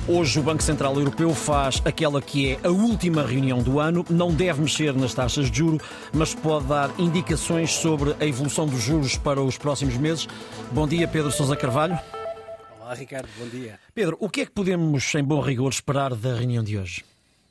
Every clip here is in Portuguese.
Hoje o Banco Central Europeu faz aquela que é a última reunião do ano. Não deve mexer nas taxas de juros, mas pode dar indicações sobre a evolução dos juros para os próximos meses. Bom dia, Pedro Sousa Carvalho. Olá, Ricardo. Bom dia. Pedro, o que é que podemos, em bom rigor, esperar da reunião de hoje?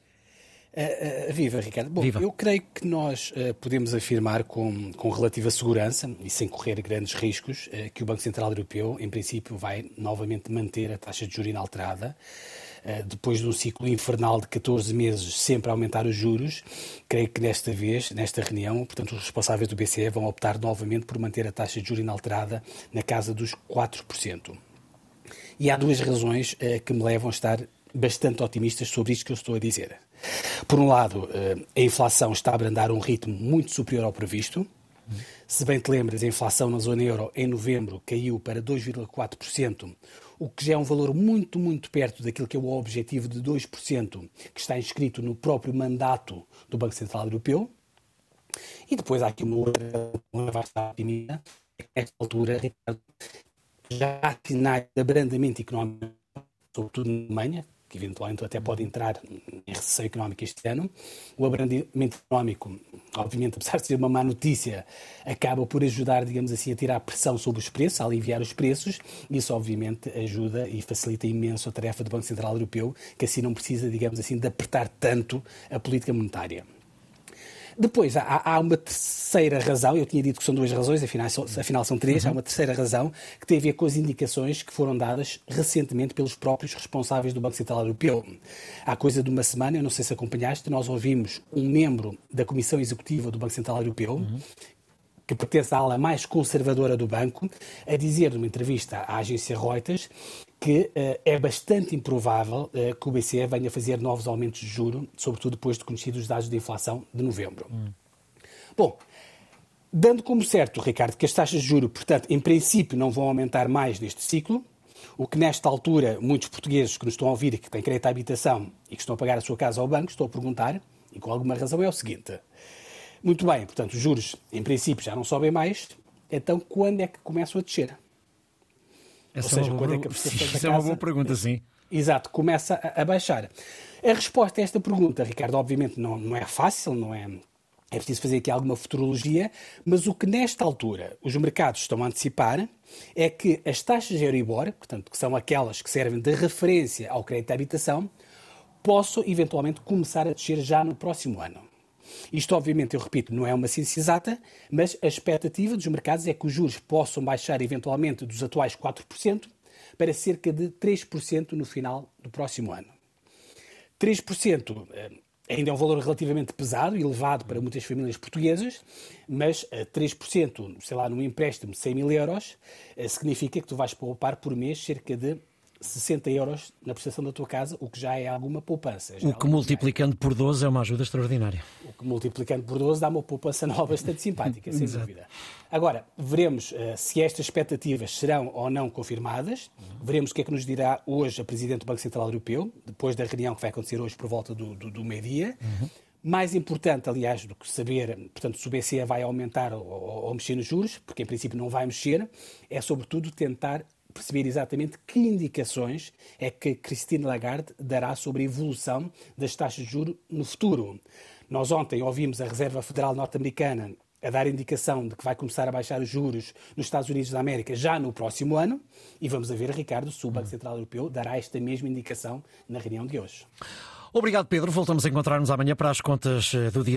Viva, Ricardo. Bom, Viva. Eu creio que nós podemos afirmar com relativa segurança e sem correr grandes riscos que o Banco Central Europeu, em princípio, vai novamente manter a taxa de juros inalterada. Depois de um ciclo infernal de 14 meses sempre a aumentar os juros, creio que nesta vez, nesta reunião, portanto, os responsáveis do BCE vão optar novamente por manter a taxa de juros inalterada na casa dos 4%. E há duas razões que me levam a estar bastante otimistas sobre isto que eu estou a dizer. Por um lado, a inflação está a abrandar um ritmo muito superior ao previsto. Se bem te lembras, a inflação na zona euro em novembro caiu para 2,4%, o que já é um valor muito, muito perto daquilo que é o objetivo de 2% que está inscrito no próprio mandato do Banco Central Europeu. E depois há aqui uma vasta otimista. Nesta altura, já há sinais de abrandamento económico, sobretudo na Alemanha, que eventualmente até pode entrar em recessão económica este ano. O abrandamento económico, obviamente, apesar de ser uma má notícia, acaba por ajudar, digamos assim, a tirar a pressão sobre os preços, a aliviar os preços. Isso, obviamente, ajuda e facilita imenso a tarefa do Banco Central Europeu, que assim não precisa, digamos assim, de apertar tanto a política monetária. Depois, há uma terceira razão, eu tinha dito que são duas razões, afinal são três, há uma terceira razão que tem a ver com as indicações que foram dadas recentemente pelos próprios responsáveis do Banco Central Europeu. Há coisa de uma semana, eu não sei se acompanhaste, nós ouvimos um membro da Comissão Executiva do Banco Central Europeu, que pertence à ala mais conservadora do banco, a dizer numa entrevista à agência Reuters que é bastante improvável que o BCE venha fazer novos aumentos de juros, sobretudo depois de conhecidos os dados de inflação de novembro. Bom, dando como certo, Ricardo, que as taxas de juros, portanto, em princípio não vão aumentar mais neste ciclo, o que nesta altura muitos portugueses que nos estão a ouvir e que têm crédito à habitação e que estão a pagar a sua casa ao banco, estão a perguntar, e com alguma razão, é o seguinte: muito bem, portanto, os juros em princípio já não sobem mais, então quando é que começam a descer? Essa é uma boa pergunta, sim. Exato, começa a baixar. A resposta a esta pergunta, Ricardo, obviamente não é fácil, é preciso fazer aqui alguma futurologia, mas o que nesta altura os mercados estão a antecipar é que as taxas de Euribor, portanto, que são aquelas que servem de referência ao crédito à habitação, possam eventualmente começar a descer já no próximo ano. Isto, obviamente, eu repito, não é uma ciência exata, mas a expectativa dos mercados é que os juros possam baixar eventualmente dos atuais 4% para cerca de 3% no final do próximo ano. 3% ainda é um valor relativamente pesado e elevado para muitas famílias portuguesas, mas 3%, sei lá, num empréstimo de 100 mil euros, significa que tu vais poupar por mês cerca de 60 euros na prestação da tua casa, o que já é alguma poupança. O que multiplicando por 12 é uma ajuda extraordinária. O que multiplicando por 12 dá uma poupança anual bastante simpática, sem dúvida. Agora, veremos se estas expectativas serão ou não confirmadas. Veremos o que é que nos dirá hoje a Presidente do Banco Central Europeu, depois da reunião que vai acontecer hoje por volta do meio-dia. Mais importante, aliás, do que saber, portanto, se o BCE vai aumentar ou mexer nos juros, porque em princípio não vai mexer, é sobretudo tentar perceber exatamente que indicações é que Christine Lagarde dará sobre a evolução das taxas de juros no futuro. Nós ontem ouvimos a Reserva Federal Norte-Americana a dar indicação de que vai começar a baixar os juros nos Estados Unidos da América já no próximo ano e vamos a ver, Ricardo, se o Banco Central Europeu dará esta mesma indicação na reunião de hoje. Obrigado, Pedro. Voltamos a encontrar-nos amanhã para as contas do dia.